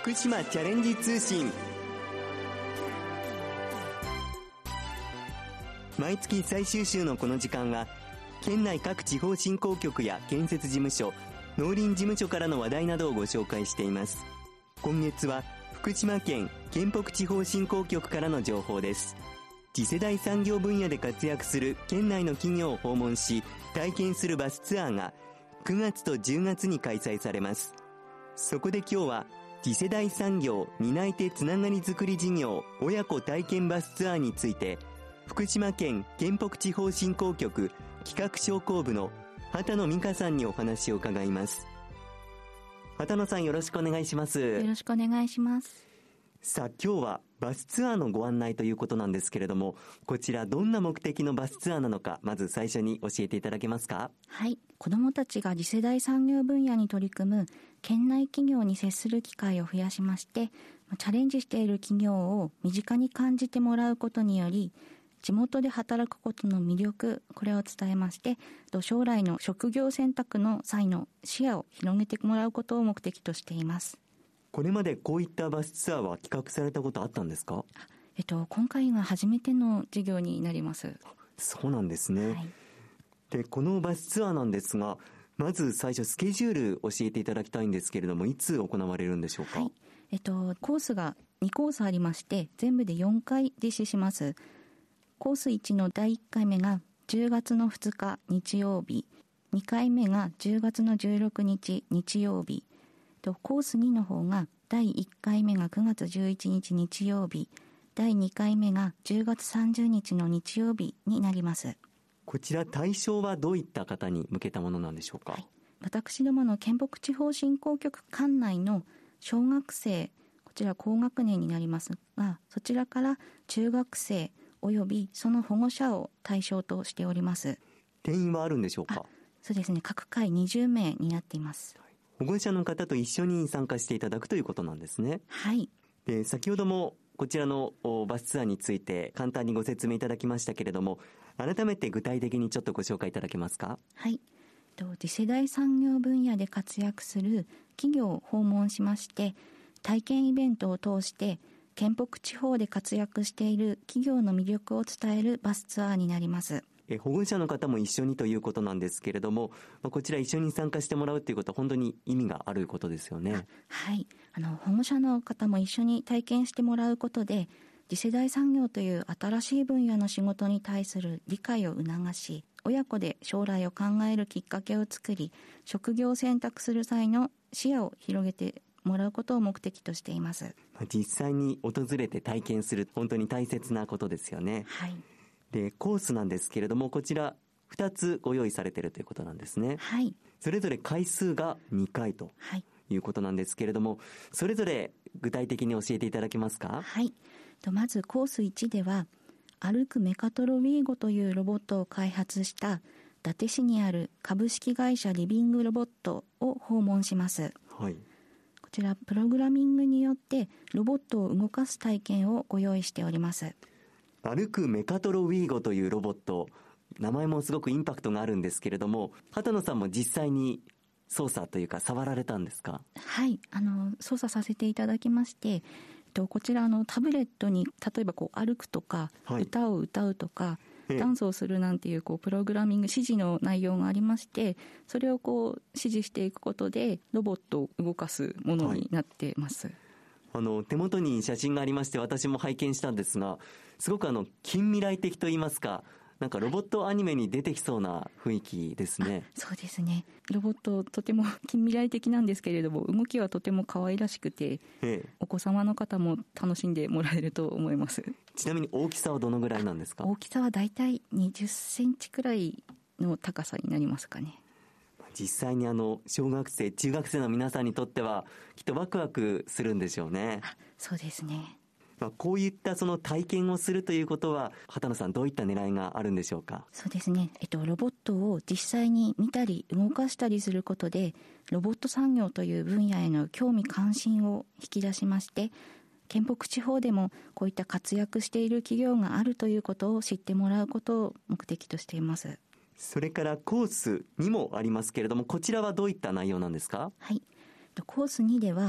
福島チャレンジ通信。毎月最終週のこの時間は、県内各地方振興局や建設事務所、農林事務所からの話題などをご紹介しています。今月は福島県県北地方振興局からの情報です。次世代産業分野で活躍する県内の企業を訪問し、体験するバスツアーが9月と10月に開催されます。そこで今日は次世代産業担い手つながりづくり事業親子体験バスツアーについて、福島県県北地方振興局企画商工部の畑野美香さんにお話を伺います。畑野さん、よろしくお願いします。 よろしくお願いします。 さあ、今日はバスツアーのご案内ということなんですけれども、こちらどんな目的のバスツアーなのか、まず最初に教えていただけますか？ はい。子どもたちが次世代産業分野に取り組む県内企業に接する機会を増やしまして、チャレンジしている企業を身近に感じてもらうことにより、地元で働くことの魅力、これを伝えまして、将来の職業選択の際の視野を広げてもらうことを目的としています。 これまでこういったバスツアーは企画されたことあったんですか？ 今回が初めての事業になります。 そうなんですね。 はい。 で、このバスツアーなんですが、まず最初スケジュール教えていただきたいんですけれども、いつ行われるんでしょうか？ はい。コースが2コースありまして、全部で4回実施します。コース1の第1回目が10月の2日日曜日、2回目が10月の16日日曜日、コース2の方が第1回目が9月11日日曜日、第2回目が10月30日の日曜日になります。 こちら対象はどういった方に向けたものなんでしょうか？ はい、私どもの県北地方振興局管内の小学生、こちら高学年になりますが、そちらから中学生およびその保護者を対象としております。 定員はあるんでしょうか？ そうですね、各回20名になっています。 保護者の方と一緒に参加していただくということなんですね。 はい。 で、先ほどもこちらのバスツアーについて簡単にご説明いただきましたけれども、改めて具体的にちょっとご紹介いただけますか？ はい。次世代産業分野で活躍する企業を訪問しまして、体験イベントを通して県北地方で活躍している企業の魅力を伝えるバスツアーになります。 保護者の方も一緒にということなんですけれども、こちら一緒に参加してもらうということは本当に意味があることですよね。 はい。保護者の方も一緒に体験してもらうことで、次世代産業という新しい分野の仕事に対する理解を促し、親子で将来を考えるきっかけを作り、職業を選択する際の視野を広げてもらうことを目的としています。 実際に訪れて体験する、本当に大切なことですよね。 はい。 で、コースなんですけれども、こちら2つご用意されているということなんですね。 はい。 それぞれ回数が2回ということなんですけれども、それぞれ具体的に教えていただけますか？ はい。まずコース1では、歩くメカトロウィーゴというロボットを開発した伊達市にある株式会社リビングロボットを訪問します。 はい。 こちらプログラミングによってロボットを動かす体験をご用意しております。 歩くメカトロウィーゴというロボット、名前もすごくインパクトがあるんですけれども、畑野さんも実際に操作というか触られたんですか？ はい、操作させていただきまして、こちらタブレットに例えば歩くとか、 はい、 歌を歌うとかダンスをするなんていうプログラミング指示の内容がありまして、それを指示していくことでロボットを動かすものになっています。 はい、手元に写真がありまして、私も拝見したんですが、すごく近未来的といいますか、なんかロボットアニメに出てきそうな雰囲気ですね。 そうですね。ロボットとても近未来的なんですけれども、動きはとても可愛らしくて、お子様の方も楽しんでもらえると思います。 ちなみに大きさはどのぐらいなんですか？ 大きさはだいたい20センチくらいの高さになりますかね。 実際に小学生中学生の皆さんにとってはきっとワクワクするんでしょうね。 そうですね。 こういったその体験をするということは、畑野さんどういった狙いがあるんでしょうか？ そうですね。ロボットを実際に見たり動かしたりすることで、ロボット産業という分野への興味関心を引き出しまして、県北地方でもこういった活躍している企業があるということを知ってもらうことを目的としています。 それからコース2もありますけれども、こちらはどういった内容なんですか？ はい。コース2では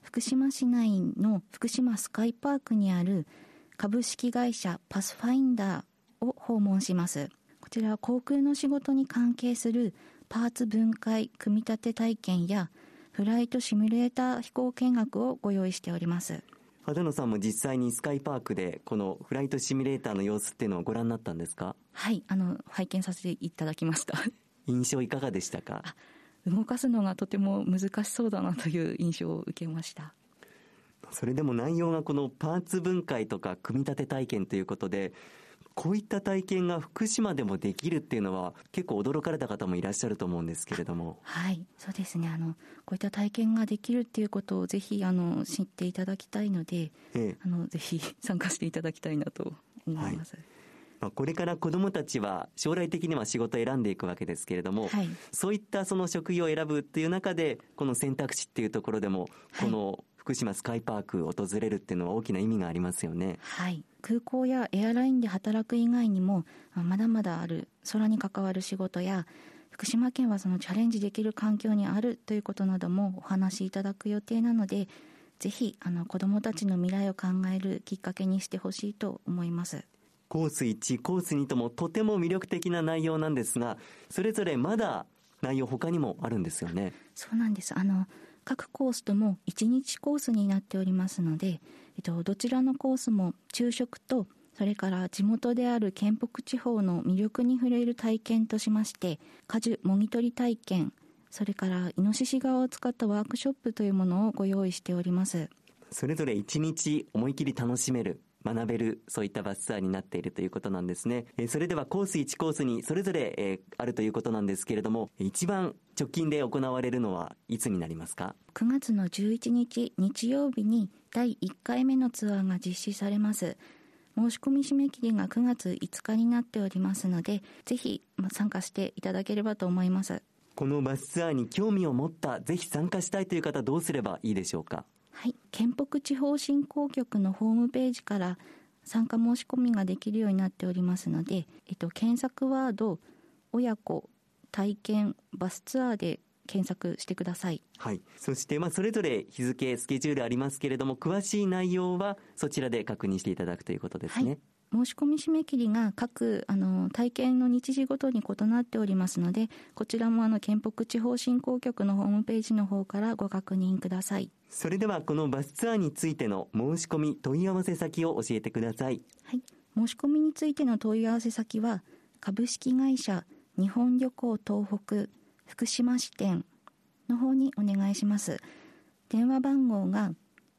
福島市内の福島スカイパークにある株式会社パスファインダーを訪問します。こちらは航空の仕事に関係するパーツ分解組み立て体験やフライトシミュレーター飛行見学をご用意しております。 秦野さんも実際にスカイパークでこのフライトシミュレーターの様子っていうのをご覧になったんですか？ はい、拝見させていただきました。 印象いかがでしたか？ 動かすのがとても難しそうだなという印象を受けました。 それでも内容がこのパーツ分解とか組み立て体験ということで、こういった体験が福島でもできるっていうのは結構驚かれた方もいらっしゃると思うんですけれども。はい、 そうですね。こういった体験ができるっていうことをぜひ知っていただきたいので、ぜひ参加していただきたいなと思います。 これから子どもたちは将来的には仕事を選んでいくわけですけれども、そういったその職業を選ぶっていう中でこの選択肢っていうところでも、この福島スカイパークを訪れるっていうのは大きな意味がありますよね。はい、 空港やエアラインで働く以外にもまだまだある空に関わる仕事や、福島県はそのチャレンジできる環境にあるということなどもお話しいただく予定なので、ぜひ子どもたちの未来を考えるきっかけにしてほしいと思います。 コース1、コース2ともとても魅力的な内容なんですが、それぞれまだ内容他にもあるんですよね。 そうなんです。各コースとも1日コースになっておりますので、どちらのコースも昼食と、それから地元である県北地方の魅力に触れる体験としまして、果樹もぎ取り体験、それからイノシシ革を使ったワークショップというものをご用意しております。 それぞれ1日思い切り楽しめる、学べる、そういったバスツアーになっているということなんですね。それではコース1、コース2それぞれ、あるということなんですけれども、一番直近で行われるのはいつになりますか ？9月の11日日曜日に第1回目のツアーが実施されます。申し込み締め切りが9月5日になっておりますので、ぜひ参加していただければと思います。 このバスツアーに興味を持った、ぜひ参加したいという方、どうすればいいでしょうか？ はい、県北地方振興局のホームページから参加申し込みができるようになっておりますので、検索ワード親子体験バスツアーで検索してください。 はい、そしてそれぞれ日付スケジュールありますけれども、詳しい内容はそちらで確認していただくということですね。 申し込み締め切りが各体験の日時ごとに異なっておりますので、こちらも県北地方振興局のホームページの方からご確認ください。 それではこのバスツアーについての申し込み問い合わせ先を教えてください。 はい、申し込みについての問い合わせ先は株式会社日本旅行東北福島支店の方にお願いします。電話番号が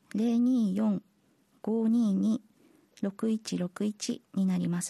024-522-6161 になります。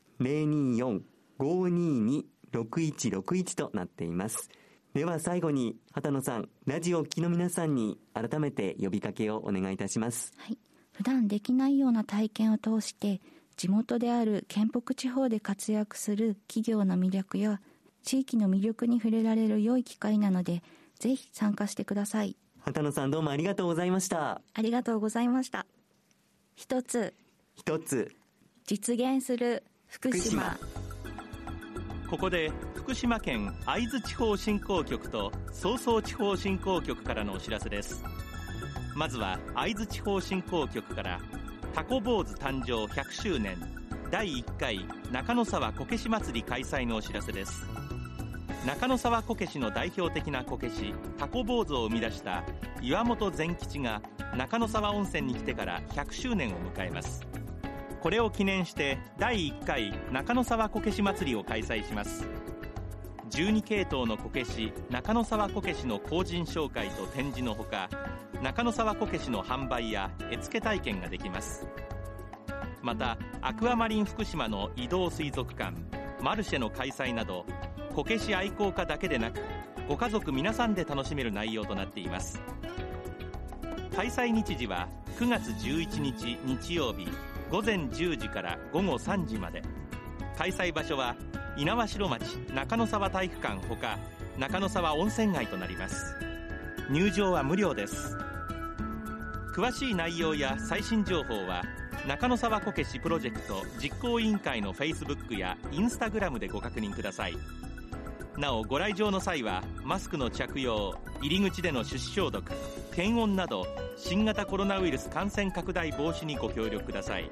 024-522-6161 となっています。では最後に秦野さん、ラジオを聴きの皆さんに改めて呼びかけをお願いいたします。 はい、普段できないような体験を通して地元である県北地方で活躍する企業の魅力や地域の魅力に触れられる良い機会なので、ぜひ参加してください。 秦野さん、どうもありがとうございました。 ありがとうございました。一つ実現する福島。 ここで福島県会津地方振興局と曹操地方振興局からのお知らせです。まずは会津地方振興局からタコ坊主誕生100周年第1回中野沢こけし祭り開催のお知らせです。中野沢こけしの代表的なこけしタコ坊主を生み出した岩本善吉が中野沢温泉に来てから100周年を迎えます。これを記念して第1回中野沢こけし祭りを開催します。12系統のこけし中野沢こけしの後人紹介と展示のほか、中野沢こけしの販売や絵付け体験ができます。またアクアマリン福島の移動水族館マルシェの開催など、こけし愛好家だけでなくご家族皆さんで楽しめる内容となっています。開催日時は9月11日日曜日午前10時から午後3時まで。開催場所は猪苗代町中野沢体育館ほか中野沢温泉街となります。入場は無料です。詳しい内容や最新情報は中野沢こけしプロジェクト実行委員会の Facebook や Instagram でご確認ください。 なおご来場の際はマスクの着用、入り口での手指消毒、検温など新型コロナウイルス感染拡大防止にご協力ください。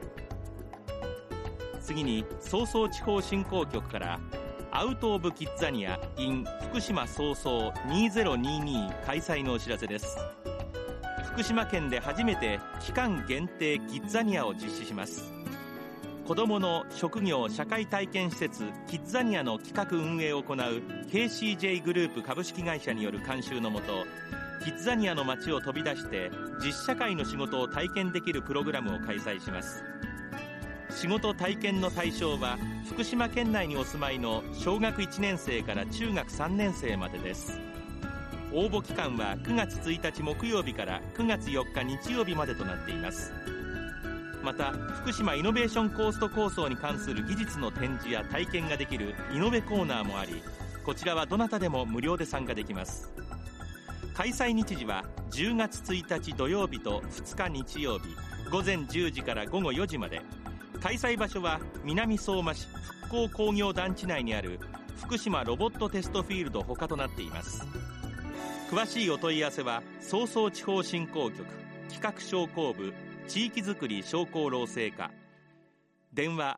次に早々地方振興局からアウトオブキッザニア in 福島早々2022開催のお知らせです。福島県で初めて期間限定キッザニアを実施します。子どもの職業社会体験施設キッザニアの企画運営を行う KCJ グループ株式会社による監修のもと、キッザニアの街を飛び出して実社会の仕事を体験できるプログラムを開催します。仕事体験の対象は福島県内にお住まいの小学1年生から中学3年生までです。応募期間は9月1日木曜日から9月4日日曜日までとなっています。また福島イノベーションコースト構想に関する技術の展示や体験ができるイノベコーナーもあり、こちらはどなたでも無料で参加できます。開催日時は10月1日土曜日と2日日曜日午前10時から午後4時まで。開催場所は南相馬市復興工業団地内にある福島ロボットテストフィールド他となっています。詳しいお問い合わせは早々地方振興局企画商工部地域づくり商工労政課、電話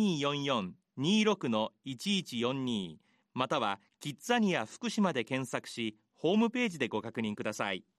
0244-26-1142 またはキッザニア福島で検索しホームページでご確認ください。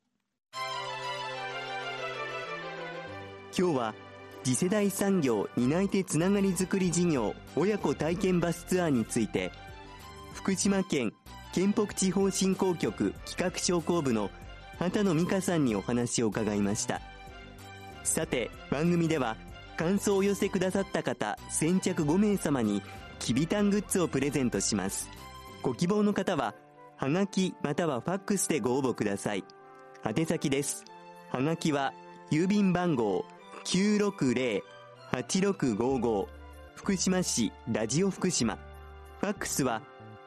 今日は次世代産業担い手つながりづくり事業親子体験バスツアーについて、福島県県北地方振興局企画商工部の畑野美香さんにお話を伺いました。さて番組では感想をお寄せくださった方先着5名様にきびたんグッズをプレゼントします。ご希望の方ははがきまたはファックスでご応募ください。宛先です。はがきは郵便番号 960-8655 福島市ラジオ福島、ファックスは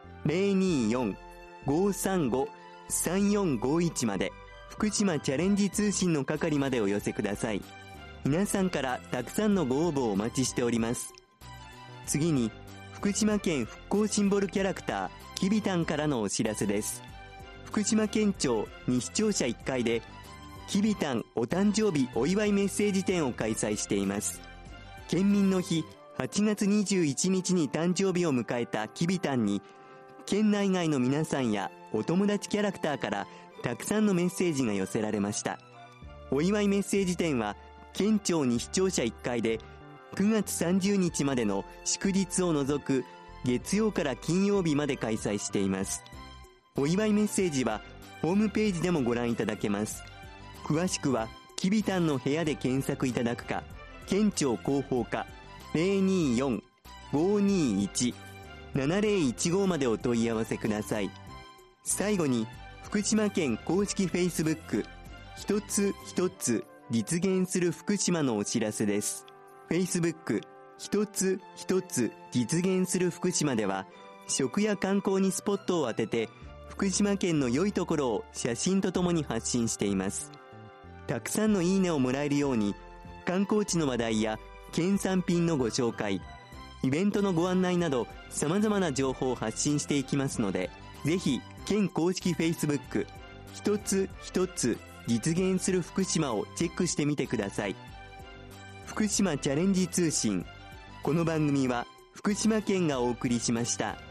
024-535-3451 まで、福島チャレンジ通信の係までお寄せください。皆さんからたくさんのご応募をお待ちしております。次に福島県復興シンボルキャラクターきびたんからのお知らせです。福島県庁西庁舎1階できびたんお誕生日お祝いメッセージ展を開催しています。県民の日8月21日に誕生日を迎えたきびたんに、県内外の皆さんやお友達キャラクターからたくさんのメッセージが寄せられました。お祝いメッセージ展は県庁西庁舎1階で9月30日までの祝日を除く月曜から金曜日まで開催しています。お祝いメッセージはホームページでもご覧いただけます。詳しくはきびたんの部屋で検索いただくか、県庁広報課 024-521-7015 までお問い合わせください。最後に福島県公式フェイスブック一つ一つ実現する福島のお知らせです。フェイスブック一つ一つ実現する福島では、食や観光にスポットを当てて福島県の良いところを写真とともに発信しています。たくさんのいいねをもらえるように、観光地の話題や県産品のご紹介、イベントのご案内など様々な情報を発信していきますので、ぜひ県公式 Facebook 一つ一つ実現する福島をチェックしてみてください。福島チャレンジ通信、この番組は福島県がお送りしました。